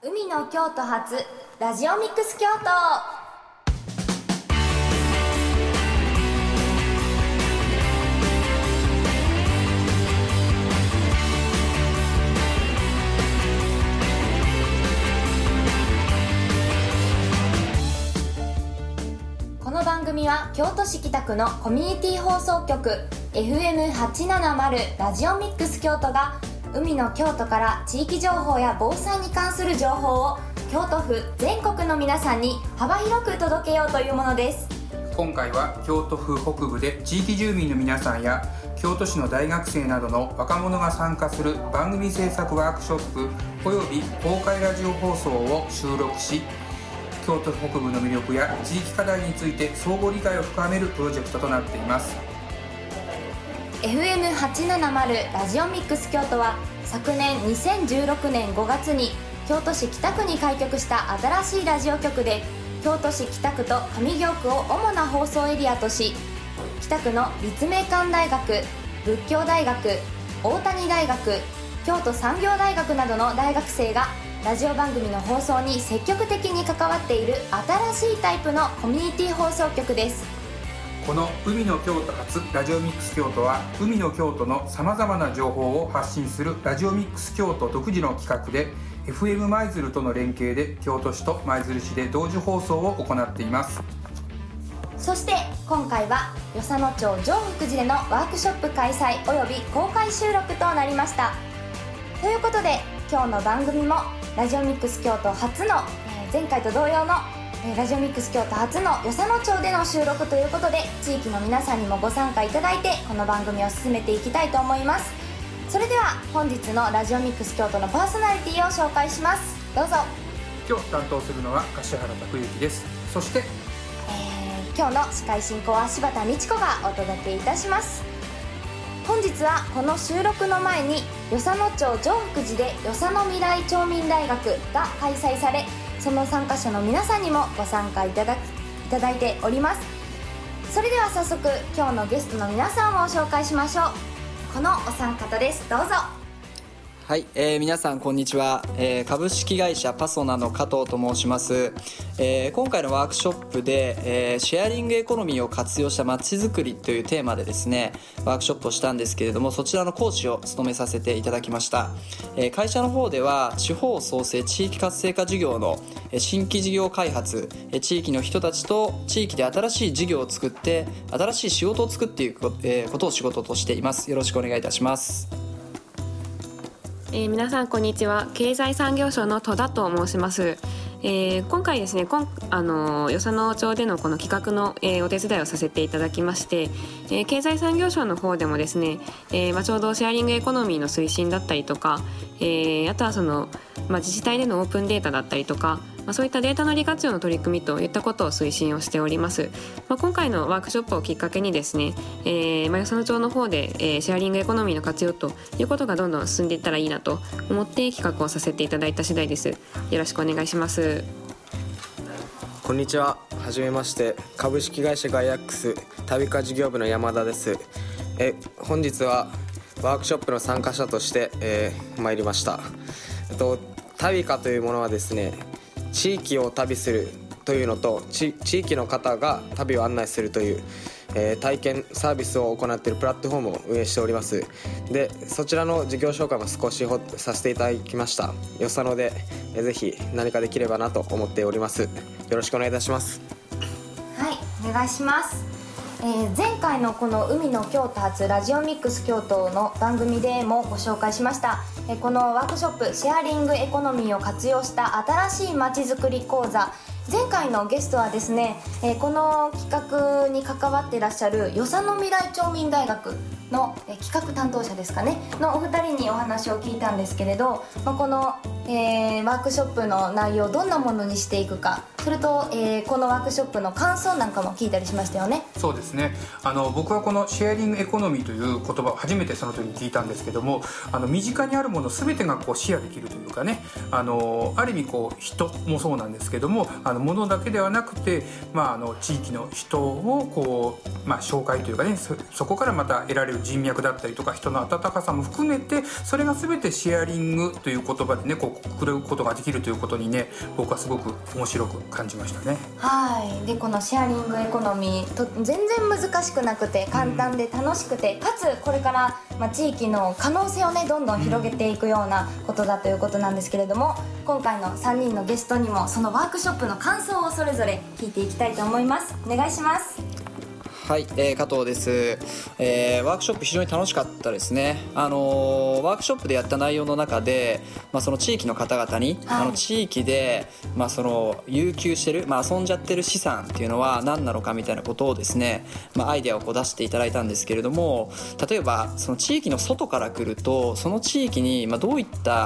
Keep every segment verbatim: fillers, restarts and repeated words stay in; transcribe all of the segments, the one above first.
海の京都発ラジオミックス京都。この番組は京都市北区のコミュニティ放送局 エフエムはちななまる ラジオミックス京都が海の京都から地域情報や防災に関する情報を京都府全国の皆さんに幅広く届けようというものです。 今回は京都府北部で地域住民の皆さんや京都市の大学生などの若者が参加する番組制作ワークショップおよび公開ラジオ放送を収録し、京都北部の魅力や地域課題について相互理解を深めるプロジェクトとなっています。 エフエムはちななまる ラジオミックス京都は昨年にせんじゅうろくねんごがつに京都市北区に開局した新しいラジオ局で、京都市北区と上京区を主な放送エリアとし、北区の立命館大学、仏教大学、大谷大学、京都産業大学などの大学生がラジオ番組の放送に積極的に関わっている新しいタイプのコミュニティ放送局です。 この海の京都発ラジオミックス京都は、海の京都のさまざまな情報を発信するラジオミックス京都独自の企画で、 エフエム 舞鶴との連携で京都市と舞鶴市で同時放送を行っています。 そして今回は与謝野町常福寺でのワークショップ開催および公開収録となりました。ということで今日の番組もラジオミックス京都初の、えー、前回と同様のラジオミックス京都初の与謝野町での収録ということで、地域の皆さんにもご参加いただいてこの番組を進めていきたいと思います。それでは本日のラジオミックス京都のパーソナリティを紹介します。どうぞ。 今日担当するのは柏原拓之です。そして、 えー、今日の司会進行は柴田美智子がお届けいたします。本日はこの収録の前に与謝野町常福寺で与謝野未来町民大学が開催され、その参加者の皆さんにもご参加いただき、いただいております。それでは早速今日のゲストの皆さんを紹介しましょう。このお三方です。どうぞ。 はい、えー、皆さんこんにちは、えー、株式会社パソナの加藤と申します。えー、今回のワークショップで、えー、シェアリングエコノミーを活用したまちづくりというテーマでですねワークショップをしたんですけれども、そちらの講師を務めさせていただきました。えー、会社の方では地方創生地域活性化事業の新規事業開発、地域の人たちと地域で新しい事業を作って新しい仕事を作っていくことを仕事としています。よろしくお願いいたします。 えー、皆さんこんにちは。経済産業省の戸田と申します。えー、今回ですね、今あの与謝野町でのこの企画の、えー、お手伝いをさせていただきまして、えー、経済産業省の方でもですね、えーまあ、ちょうどシェアリングエコノミーの推進だったりとか、えー、あとはその、まあ、自治体でのオープンデータだったりとか、まあ、そういったデータの利活用の取り組みといったことを推進をしております。まあ、今回のワークショップをきっかけにですね、えーまあ、与謝野町の方で、えー、シェアリングエコノミーの活用ということがどんどん進んでいったらいいなと思って企画をさせていただいた次第です。よろしくお願いします。 こんにちは。はじめまして。株式会社ガイアックス旅化事業部の山田です。え本日はワークショップの参加者として、えー、参りました。えっと旅化というものはですね、地域を旅するというのと地域の方が旅を案内するという、えー、体験サービスを行っているプラットフォームを運営しております。でそちらの事業紹介も少しさせていただきました。よさので、えー、ぜひ何かできればなと思っております。よろしくお願いいたします。 はい、お願いします。えー、前回のこの海の京都発ラジオミックス京都の番組でもご紹介しました、えー、このワークショップシェアリングエコノミーを活用した新しいまちづくり講座、前回のゲストはですね、えー、この企画に関わっていらっしゃる与謝野未来町民大学の、えー、企画担当者ですかねのお二人にお話を聞いたんですけれど、まあ、この、えー、ワークショップの内容をどんなものにしていくか、それと、えー、このワークショップの感想なんかも聞いたりしましたよね。 そうですね、あの僕はこのシェアリングエコノミーという言葉を初めてその時に聞いたんですけども、あの身近にあるもの全てがこうシェアできるというかね、あのある意味こう人もそうなんですけども、あの物だけではなくて、まあ、あの地域の人をこう、まあ、紹介というかね、 そ, そこからまた得られる人脈だったりとか人の温かさも含めて、それが全てシェアリングという言葉でねこうくくることができるということにね、僕はすごく面白く感じましたね。 はい。でこのシェアリングエコノミーと全然難しくなくて簡単で楽しくて、かつこれから、まあ、地域の可能性をねどんどん広げていくようなことだということなんですけれども、今回のさんにんのゲストにもそのワークショップの感想をそれぞれ聞いていきたいと思います。お願いします。 はい、えー、加藤です、えー、ワークショップ非常に楽しかったですね。あのー、ワークショップでやった内容の中で、まあ、その地域の方々に、はい、あの地域で、まあ、その有給してる、まあ、遊んじゃってる資産っていうのは何なのかみたいなことをですね、まあ、アイデアをこう出していただいたんですけれども、例えばその地域の外から来るとその地域にまあどういった、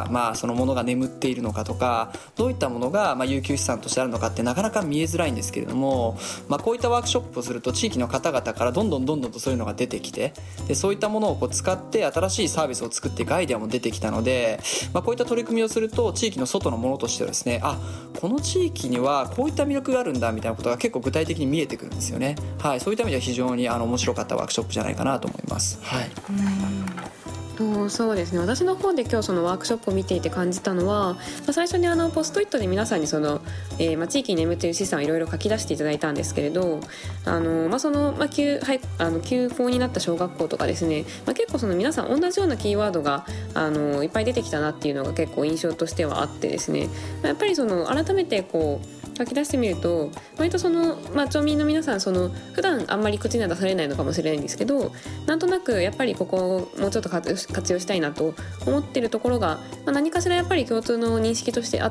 まあ、そのものが眠っているのかとか、どういったものがまあ有給資産としてあるのかってなかなか見えづらいんですけれども、まあ、こういったワークショップをすると地域の方々からどんどんどんどんとそういうのが出てきて、でそういったものをこう使って新しいサービスを作っていくアイデアも出てきたので、まあ、こういった取り組みをすると地域の外のものとしてはですね、あ、この地域にはこういった魅力があるんだみたいなことが結構具体的に見えてくるんですよね。はい、そういった意味では非常にあの面白かったワークショップじゃないかなと思います。はい。 とそうですね、私の方で今日そのワークショップを見ていて感じたのは、まあ、最初にあのポストイットで皆さんにその、えーまあ、地域に眠っている資産をいろいろ書き出していただいたんですけれど、あの、まあそのまあ、休, はいあの休校になった小学校とかですね、まあ、結構その皆さん同じようなキーワードがあのいっぱい出てきたなっていうのが結構印象としてはあってですね、まあ、やっぱりその改めてこう書き出してみると割とその、まあ、町民の皆さんその普段あんまり口には出されないのかもしれないんですけど、なんとなくやっぱりここをもうちょっと活用したいなと思ってるところが、まあ、何かしらやっぱり共通の認識としてあって、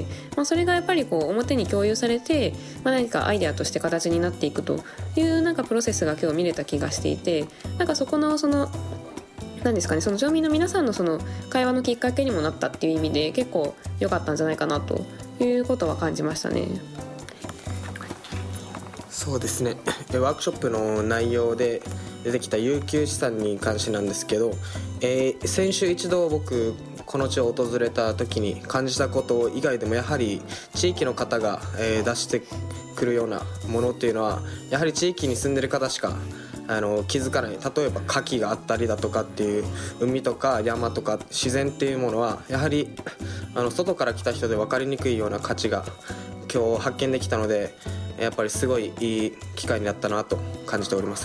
まあ、それがやっぱりこう表に共有されて、まあ、何かアイデアとして形になっていくというなんかプロセスが今日見れた気がしていて、なんかそこのそのなんですかね、その町民の皆さんのその会話のきっかけにもなったっていう意味で結構良かったんじゃないかなということは感じましたね。 そうですね、ワークショップの内容で出てきた有給資産に関してなんですけど、えー、先週一度僕この地を訪れた時に感じたこと以外でもやはり地域の方が、えー、出してくるようなものっていうのはやはり地域に住んでる方しかあの気づかない。例えば牡蠣があったりだとかっていう海とか山とか自然っていうものはやはりあの外から来た人で分かりにくいような価値が今日発見できたので、やっぱりすごいいい機会になったなと感じております。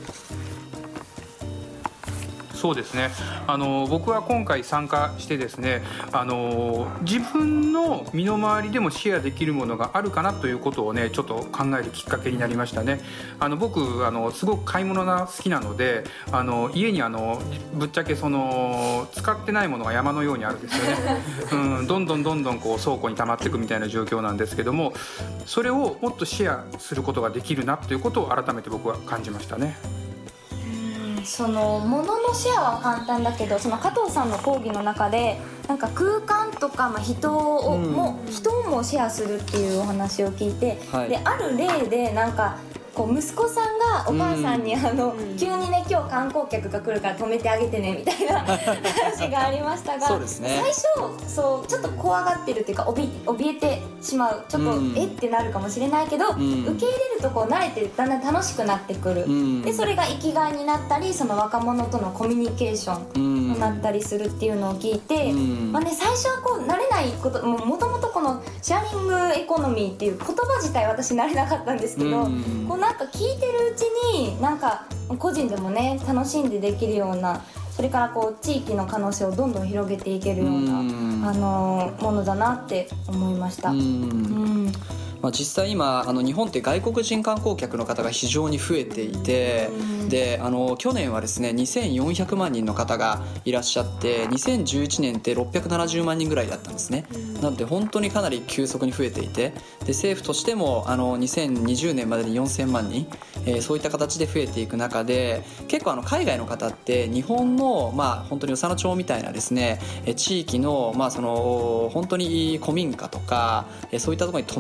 そうですね、あの僕は今回参加してですね、あの自分の身の回りでもシェアできるものがあるかなということをねちょっと考えるきっかけになりましたね。あの僕あのすごく買い物が好きなので、あの家にあのぶっちゃけその使ってないものが山のようにあるんですよね、うん、どんどんどんどんこう倉庫に溜まっていくみたいな状況なんですけども、それをもっとシェアすることができるなということを改めて僕は感じましたね。 その物のシェアは簡単だけど、その加藤さんの講義の中でなんか空間とか、まあ、人をも、うん、人をもシェアするっていうお話を聞いて、はい、である例でなんかこう息子さんがお母さんに、うん、あの急にね今日観光客が来るから止めてあげてねみたいな話がありましたがそうですね、 最初そうちょっと怖がってるっていうか怯えてしまう、ちょっと、うん、えってなるかもしれないけど、うん、受け入れるとこう慣れてだんだん楽しくなってくる、うん、でそれが生きがいになったりその若者とのコミュニケーションになったりするっていうのを聞いて、うんまあね、最初はこう慣れないこともともとこのシェアリングエコノミーっていう言葉自体私慣れなかったんですけど、うん、こうなんか聞いてるうちになんか個人でもね楽しんでできるような、それからこう地域の可能性をどんどん広げていけるような、あのものだなって思いました。うんうんまあ、実際今あの日本って外国人観光客の方が非常に増えていて、であの去年はですねにせんよんひゃくまんにんの方がいらっしゃって、にせんじゅういちねんってろっぴゃくななじゅうまんにんぐらいだったんですね。なので本当にかなり急速に増えていて、で政府としてもあのにせんにじゅうねんまでによんせんまんにん、えー、そういった形で増えていく中で、結構あの海外の方って日本の、まあ、本当に与謝野町みたいなですね地域の、まあ、その本当に古民家とかそういったところに泊まって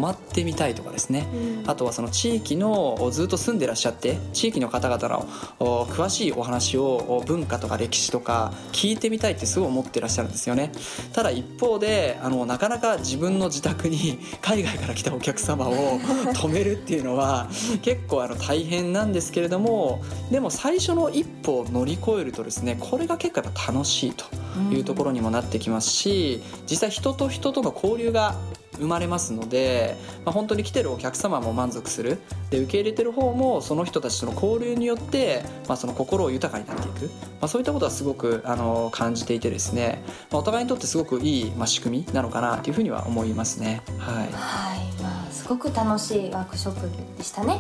みたいとかですね、 うん、 あとはその地域のずっと住んでらっしゃって地域の方々の詳しいお話を文化とか歴史とか聞いてみたいってすごい思ってらっしゃるんですよね。ただ一方であのなかなか自分の自宅に海外から来たお客様を止めるっていうのは結構あの大変なんですけれども、でも最初の一歩を乗り越えるとですね、これが結構やっぱ楽しいというところにもなってきますし、実際人と人との交流が生まれますので、まあ、本当に来てるお客様も満足するで、受け入れてる方もその人たちとの交流によって、まあ、その心を豊かになっていく、まあ、そういったことはすごくあの感じていてですね、まあ、お互いにとってすごくいい、まあ、仕組みなのかなというふうには思いますね。はい、 はい、まあ、すごく楽しいワークショップでしたね。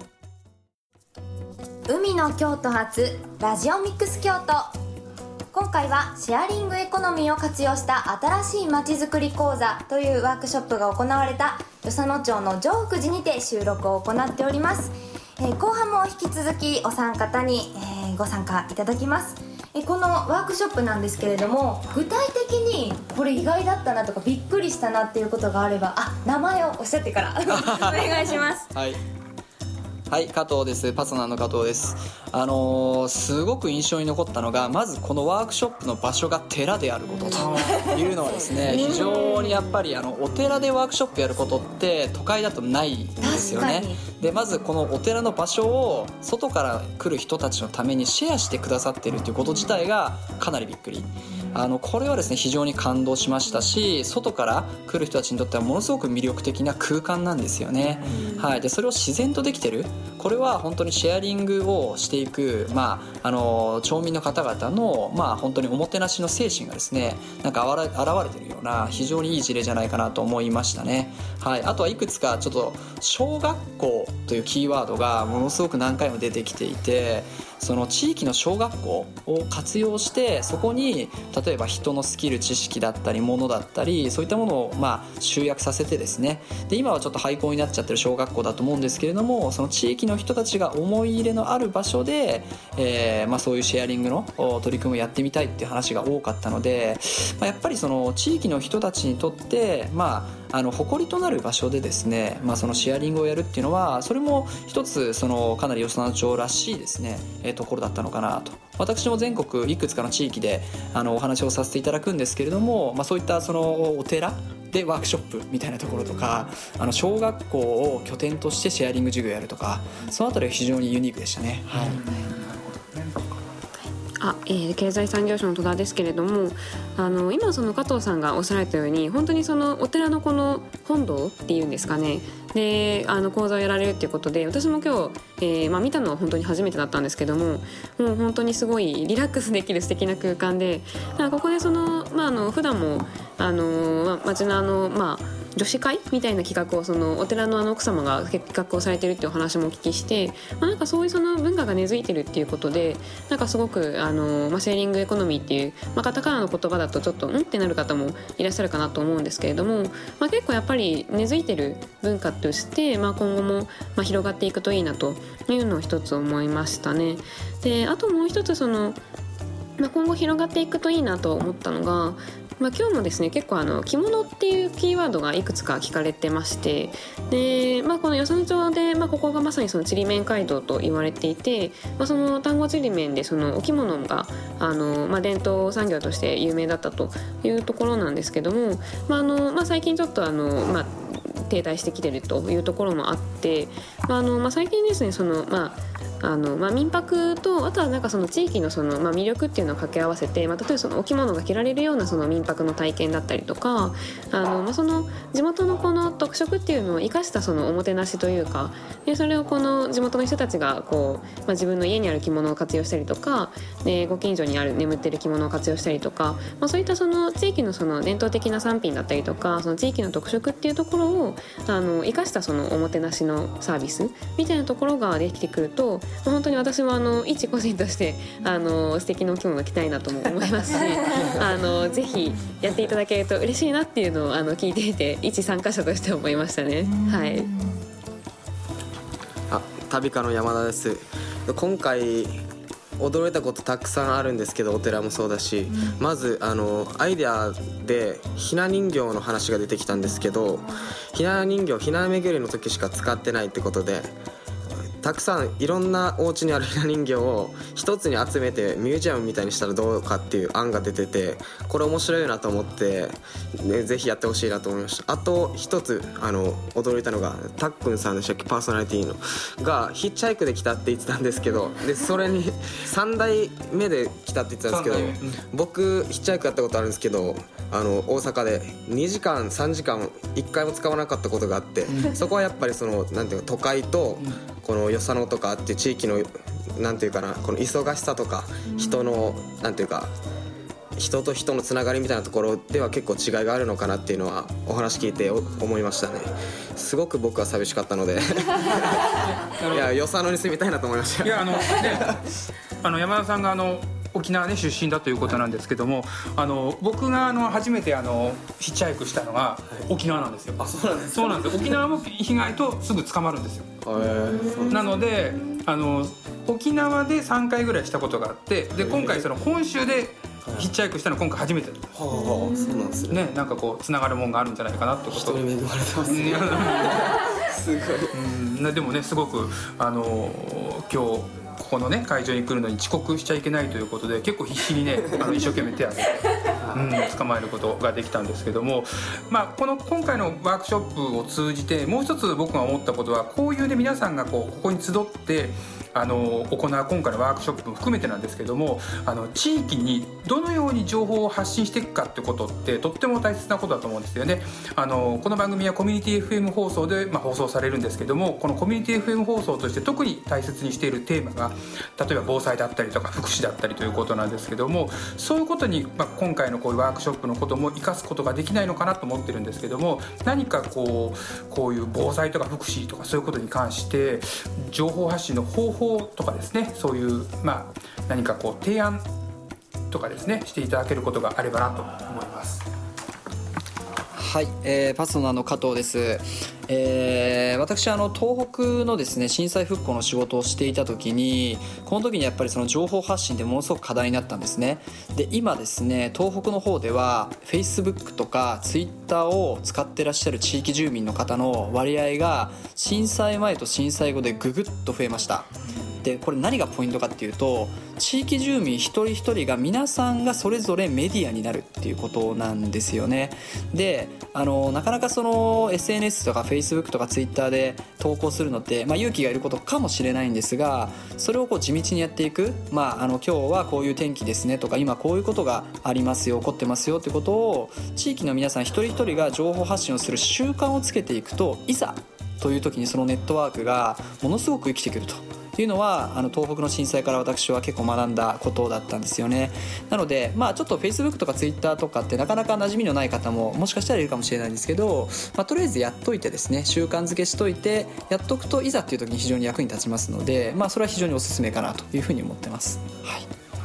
海の京都発ラジオミックス京都、今回はシェアリングエコノミーを活用した新しいまちづくり講座というワークショップが行われた与謝野町の常福寺にて収録を行っております。えー、後半も引き続きお三方に、えー、ご参加いただきます。えー、このワークショップなんですけれども、具体的にこれ意外だったなとかびっくりしたなっていうことがあれば、あ、名前をおっしゃってからお願いします。 はい、はい、加藤です。パソナーの加藤です。あのー、すごく印象に残ったのが、まずこのワークショップの場所が寺であることというのはですね、非常にやっぱりあのお寺でワークショップやることって都会だとないんですよね。でまずこのお寺の場所を外から来る人たちのためにシェアしてくださっているということ自体がかなりびっくり。あのこれはですね非常に感動しましたし、外から来る人たちにとってはものすごく魅力的な空間なんですよね。はい、でそれを自然とできてる、これは本当にシェアリングをしていく、まあ、あの町民の方々の、まあ、本当におもてなしの精神がですねなんか現れてるような非常にいい事例じゃないかなと思いましたね。はい、あとはいくつかちょっと小学校というキーワードがものすごく何回も出てきていて、その地域の小学校を活用してそこに例えば人のスキル知識だったり物だったりそういったものをまあ集約させてですね、で今はちょっと廃校になっちゃってる小学校だと思うんですけれども、その地域の人たちが思い入れのある場所で、えーまあ、そういうシェアリングの取り組みをやってみたいっていう話が多かったので、まあ、やっぱりその地域の人たちにとって、まあ、あの誇りとなる場所でですね、まあ、そのシェアリングをやるっていうのはそれも一つそのかなり与謝野町らしいですね、えー、ところだったのかなと。私も全国いくつかの地域であのお話をさせていただくんですけれども、まあ、そういったそのお寺でワークショップみたいなところとか、あの小学校を拠点としてシェアリング授業をやるとか、そのあたりは非常にユニークでしたね。はい、 あえー、経済産業省の戸田ですけれども、あの今その加藤さんがおっしゃられたように本当にそのお寺のこの本堂っていうんですかね、であの講座をやられるっていうことで、私も今日、えーまあ、見たのは本当に初めてだったんですけども、もう本当にすごいリラックスできる素敵な空間で、だからここでその、まあ、あの普段もあの、まあ、町のあのまあ女子会みたいな企画をそのお寺のあの奥様が企画をされてるっていうお話もお聞きして、まあ、なんかそういうその文化が根付いてるっていうことで、なんかすごくあの、まあ、シェアリングエコノミーっていう、まあ、カタカナの言葉だとちょっとんってなる方もいらっしゃるかなと思うんですけれども、まあ、結構やっぱり根付いてる文化として、まあ、今後もまあ広がっていくといいなというのを一つ思いましたね。であともう一つその、まあ、今後広がっていくといいなと思ったのが、まあ、今日もですね結構あの着物っていうキーワードがいくつか聞かれてまして、で、まあ、この与謝野町で、まあ、ここがまさにそのちりめん街道と言われていて、まあ、その丹後ちりめんでそのお着物があの、まあ、伝統産業として有名だったというところなんですけども、まああのまあ、最近ちょっとあの、まあ、停滞してきているというところもあって、まああのまあ、最近ですねその、まああのまあ、民泊とあとはなんかその地域のその、まあ、魅力っていうのを掛け合わせて、まあ、例えばそのお着物が着られるようなその民泊の体験だったりとか、あの、まあ、その地元のこの特色っていうのを生かしたそのおもてなしというか、でそれをこの地元の人たちがこう、まあ、自分の家にある着物を活用したりとか、でご近所にある眠ってる着物を活用したりとか、まあ、そういったその地域のその伝統的な産品だったりとか、その地域の特色っていうところをあの生かしたそのおもてなしのサービスみたいなところができてくると、本当に私もあの一個人としてあの素敵なお着物を着たいなとも思いますしあのぜひやっていただけると嬉しいなっていうのをあの聞いていて一参加者として思いましたね。はい、 あ旅家の山田です。今回驚いたことたくさんあるんですけど、お寺もそうだし、うん、まずあのアイデアでひな人形の話が出てきたんですけど、ひな人形ひな巡りの時しか使ってないってことで、たくさんいろんなお家にあるひな人形を一つに集めてミュージアムみたいにしたらどうかっていう案が出てて、これ面白いなと思って、ね、ぜひやってほしいなと思いました。あと一つあの驚いたのが、たっくんさんでしたっけ、パーソナリティのがヒッチハイクで来たって言ってたんですけど、でそれにさん代目で来たって言ってたんですけど、うん、僕ヒッチハイクやったことあるんですけど、あの大阪でにじかんさんじかんいっかいも使わなかったことがあって、うん、そこはやっぱりそのなんていうか、都会とこの与謝野とかっていう地域のなんていうかな、この忙しさとか人のなんていうか、人と人のつながりみたいなところでは結構違いがあるのかなっていうのはお話聞いて思いましたね。すごく僕は寂しかったのでいや与謝野に住みたいなと思いました。 いやあの、ね、あの山田さんがあの沖縄、ね、出身だということなんですけども、あの僕があの初めてあのヒッチハイクしたのが沖縄なんですよ。 あ、そうなんですか。 そうなんですよ。沖縄も意外とすぐ捕まるんですよ。なのであの沖縄でさんかいぐらいしたことがあって、で今回その本州でヒッチハイクしたの今回初めてだった。 はあ、そうなんですね。 ね、なんかこうつながるもんがあるんじゃないかなってこと。 人に恵まれてますねすごい、 うん、でもねすごくあの今日ここのね会場に来るのに遅刻しちゃいけないということで、結構必死にねあの一生懸命手を挙げて、うん、捕まえることができたんですけども、まあ、この今回のワークショップを通じてもう一つ僕が思ったことは、こういうね皆さんがこうここに集ってあの行う今回のワークショップも含めてなんですけども、あの地域にどのように情報を発信していくかってことってとっても大切なことだと思うんですよね。あのこの番組はコミュニティ エフエム 放送で、まあ、放送されるんですけども、このコミュニティ エフエム 放送として特に大切にしているテーマが例えば防災だったりとか福祉だったりということなんですけども、そういうことに、まあ、今回のこういうワークショップのことも生かすことができないのかなと思ってるんですけども、何かこうこういう防災とか福祉とかそういうことに関して情報発信の方法とかですね、そういう、まあ、何かこう提案とかですねしていただけることがあればなと思います。 はい、えー、パソナの加藤です。えー、私あの東北のですね震災復興の仕事をしていた時に、この時にやっぱりその情報発信でものすごく課題になったんですね。で今ですね東北の方では Facebook とか Twitter を使ってらっしゃる地域住民の方の割合が震災前と震災後でぐぐっと増えました。でこれ何がポイントかっていうと、地域住民一人一人が皆さんがそれぞれメディアになるっていうことなんですよね。であのなかなかその エスエヌエス とか Facebook とか Twitter で投稿するのって、まあ、勇気がいることかもしれないんですが、それをこう地道にやっていく、まあ、あの今日はこういう天気ですねとか、今こういうことがありますよ起こってますよってことを地域の皆さん一人一人が情報発信をする習慣をつけていくと、いざという時にそのネットワークがものすごく生きてくるというのは、あの東北の震災から私は結構学んだことだったんですよね。なので、まあ、ちょっと Facebook とか Twitter とかってなかなか馴染みのない方ももしかしたらいるかもしれないんですけど、まあ、とりあえずやっといてですね、習慣づけしといてやっとくといざっていう時に非常に役に立ちますので、まあ、それは非常におすすめかなというふうに思ってます。はい、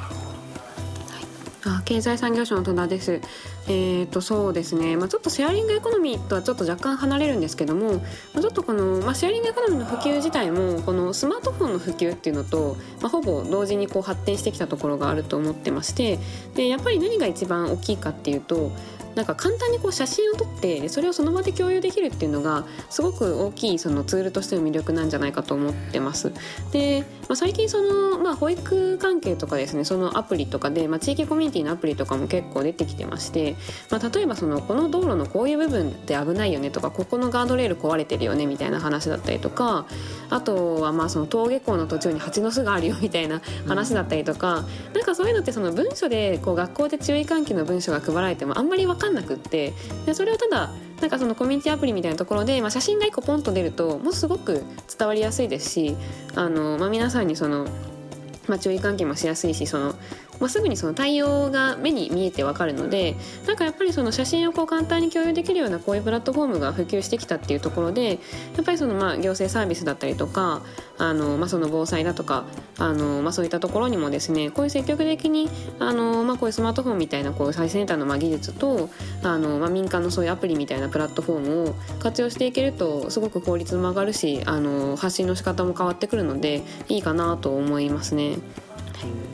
あ、経済産業省の戸田です。えーとそうですね、まあ、ちょっとシェアリングエコノミーとはちょっと若干離れるんですけども、まあ、ちょっとこの、まあ、シェアリングエコノミーの普及自体もこのスマートフォンの普及っていうのと、まあ、ほぼ同時にこう発展してきたところがあると思ってまして、でやっぱり何が一番大きいかっていうと、なんか簡単にこう写真を撮ってそれをその場で共有できるっていうのがすごく大きいそのツールとしての魅力なんじゃないかと思ってます。で、まあ、最近その、まあ、保育関係とかですね、そのアプリとかで、まあ、地域コミュニティのアプリとかも結構出てきてまして、まあ、例えばそのこの道路のこういう部分って危ないよねとか、ここのガードレール壊れてるよねみたいな話だったりとか、あとはまあその登下校の途中に蜂の巣があるよみたいな話だったりとか、うん、なんかそういうのってその文書でこう学校で注意喚起の文書が配られてもあんまり分かんなくって、でそれをただなんかそのコミュニティアプリみたいなところで、まあ、写真がいっこポンと出るともうすごく伝わりやすいですし、あの、まあ、皆さんにその、まあ、注意喚起もしやすいし、そのまあ、すぐにその対応が目に見えてわかるので、なんかやっぱりその写真をこう簡単に共有できるようなこういうプラットフォームが普及してきたっていうところで、やっぱりそのまあ行政サービスだったりとか、あのまあその防災だとか、あのまあそういったところにもですね、こういう積極的にあのまあこういうスマートフォンみたいなこう最先端のまあ技術と、あのまあ民間のそういうアプリみたいなプラットフォームを活用していけるとすごく効率も上がるし、あの発信の仕方も変わってくるのでいいかなと思いますね。はい。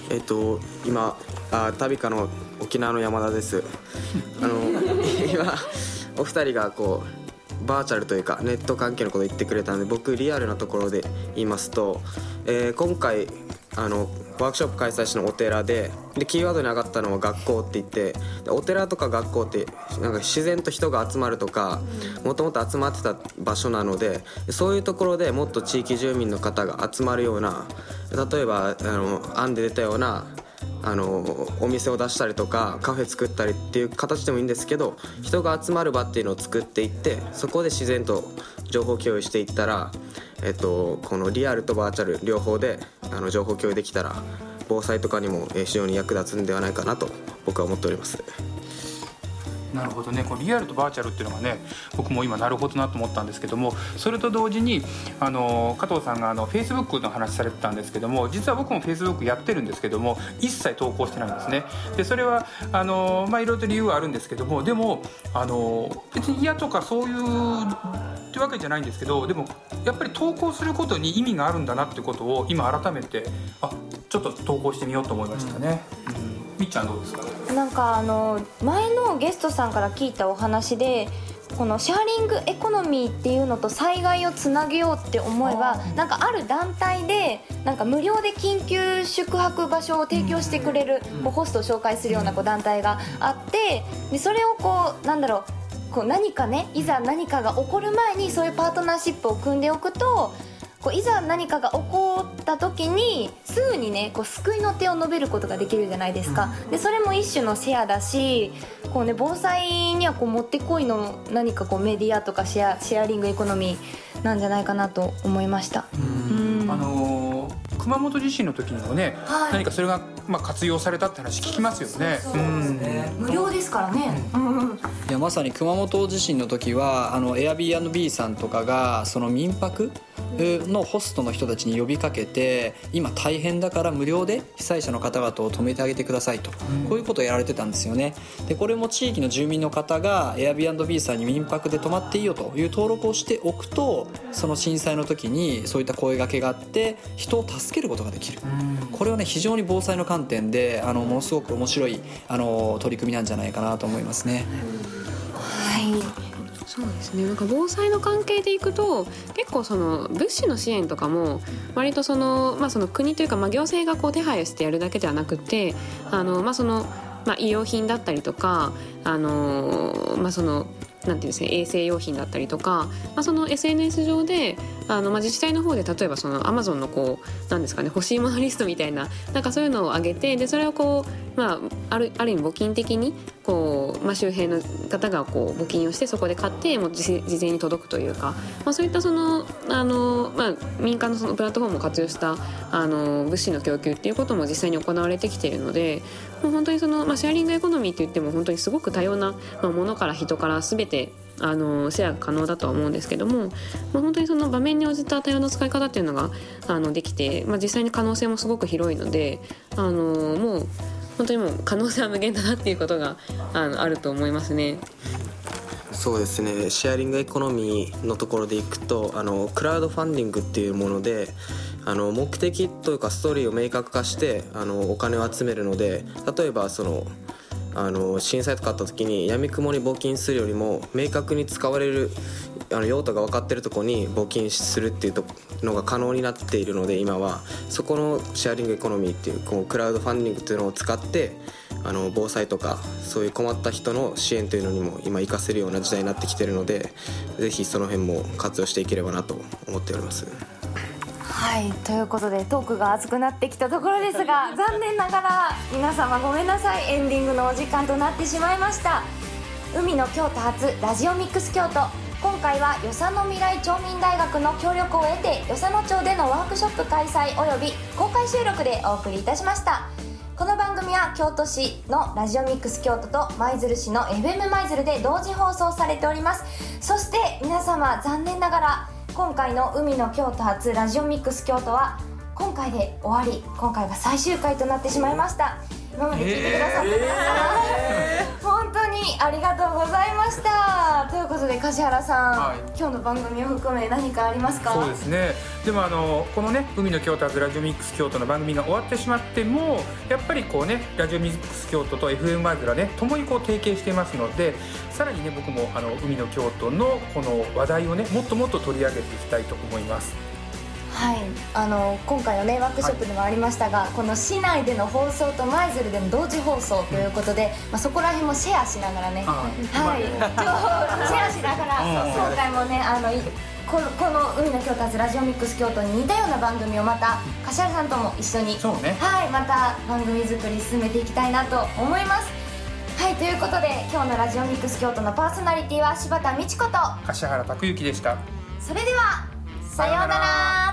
えっと今あ旅かの沖縄の山田です。あの今お二人がこうバーチャルというかネット関係のことを言ってくれたので、僕リアルなところで言いますと、えー、今回あのワークショップ開催したのお寺で、でキーワードに上がったのは学校って言って、でお寺とか学校ってなんか自然と人が集まるとか、もともと集まってた場所なので、そういうところでもっと地域住民の方が集まるような、例えばあの案で出たようなあのお店を出したりとかカフェ作ったりっていう形でもいいんですけど、人が集まる場っていうのを作っていって、そこで自然と情報共有していったら、えっと、このリアルとバーチャル両方であの情報共有できたら防災とかにも非常に役立つんではないかなと僕は思っております。 なるほどね。こうリアルとバーチャルっていうのがね、僕も今なるほどなと思ったんですけども、それと同時にあの加藤さんがあの Facebook の話されてたんですけども、実は僕も Facebook やってるんですけども一切投稿してないんですね。でそれはあのまあいろいろと理由はあるんですけども、でもあの別に嫌とかそういうってわけじゃないんですけど、でもやっぱり投稿することに意味があるんだなってことを今改めてあちょっと投稿してみようと思いましたね。うんうん、みっちゃんどうですか？ なんかあの前のゲストさんから聞いたお話で、このシェアリングエコノミーっていうのと災害をつなげようって思えば、なんかある団体でなんか無料で緊急宿泊場所を提供してくれるこうホストを紹介するようなこう団体があって、でそれをこうなんだろうこう何かね、いざ何かが起こる前にそういうパートナーシップを組んでおくと、こういざ何かが起こった時にすぐにねこう救いの手を述べることができるじゃないですか。でそれも一種のシェアだし、こう、ね、防災にはこうもってこいの何かこうメディアとかシェア、シェアリングエコノミーなんじゃないかなと思いました。 うんうん、あのー、熊本地震の時にもね、はい、何かそれが、まあ、活用されたって話聞きますよね。 そうそうそうですね、無料ですからね。うんうん、 いやまさに熊本地震の時はあの Airbnb さんとかがその民泊のホストの人たちに呼びかけて、今大変だから無料で被災者の方々を泊めてあげてくださいと、こういうことをやられてたんですよね。でこれも地域の住民の方が Airbnb さんに民泊で泊まっていいよという登録をしておくと、その震災の時にそういった声掛けがあって人を助けることができる。これはね非常に防災の観点であのものすごく面白いあの取り組みなんじゃないかなと思いますね。 はい、 そうですね、なんか防災の関係でいくと結構その物資の支援とかも割とその、まあ、その国というか、まあ、行政がこう手配してやるだけではなくて、あの、まあそのまあ、医療品だったりとか、あの、まあ、そのなんていうんですね、衛生用品だったりとか、まあ、その エスエヌエス 上であの、まあ、自治体の方で例えばその Amazon のこうなんですかね、欲しいものリストみたいな、なんかそういうのを上げて、でそれをこう、まあ、ある、ある意味募金的にこう、まあ、周辺の方がこう募金をしてそこで買ってもう事前に届くというか、まあ、そういったそのあの、まあ、民間のそのプラットフォームを活用したあの物資の供給っていうことも実際に行われてきているので、もう本当にその、まあ、シェアリングエコノミーって言っても本当にすごく多様な、まあ、ものから人から全てあのシェアが可能だとは思うんですけども、まあ、本当にその場面に応じた多様な使い方っていうのがあのできて、まあ、実際に可能性もすごく広いので、あのもう本当にもう可能性は無限だなっていうことが あのあると思いますね。 そうですね、シェアリングエコノミーのところでいくと、あのクラウドファンディングっていうもので、あの目的というかストーリーを明確化してあのお金を集めるので、例えばそのあの震災とかあった時に闇雲に募金するよりも明確に使われるあの用途が分かっているところに募金するっていうのが可能になっているので、今はそこのシェアリングエコノミーっていうこうクラウドファンディングっていうのを使ってあの防災とかそういう困った人の支援というのにも今活かせるような時代になってきているので、ぜひその辺も活用していければなと思っております。 はい、ということでトークが熱くなってきたところですが、残念ながら皆様ごめんなさい、エンディングのお時間となってしまいました。海の京都発ラジオミックス京都、今回は与謝野未来町民大学の協力を得て与謝野町でのワークショップ開催および公開収録でお送りいたしました。この番組は京都市のラジオミックス京都と舞鶴市の エフエム 舞鶴で同時放送されております。そして皆様残念ながら今回の海の京都発ラジオミックス京都は今回で終わり、今回が最終回となってしまいました。今まで聞いてくださって皆様、えー、本当にありがとうございました。ということことで梶原さん、 はい、 今日の番組を含め何かありますか？ そうですね。でもあのこのね海の京都発ラジオミックス京都の番組が終わってしまってもやっぱりこうねラジオミックス京都と エフエム マズラね共にこう提携していますので、さらにね僕もあの海の京都のこの話題をねもっともっと取り上げていきたいと思います。 はい、あの今回のねワークショップでもありましたが、はい、この市内での放送と舞鶴での同時放送ということで、まあ、そこら辺もシェアしながらね、はい、情報をシェアしながら今回もねあのこの、この海の京都発ラジオミックス京都に似たような番組をまた柏原さんとも一緒に、 そうね、 はい、また番組作り進めていきたいなと思います。はい、ということで今日のラジオミックス京都のパーソナリティは柴田美智子と柏原拓之でした。 それではさようなら。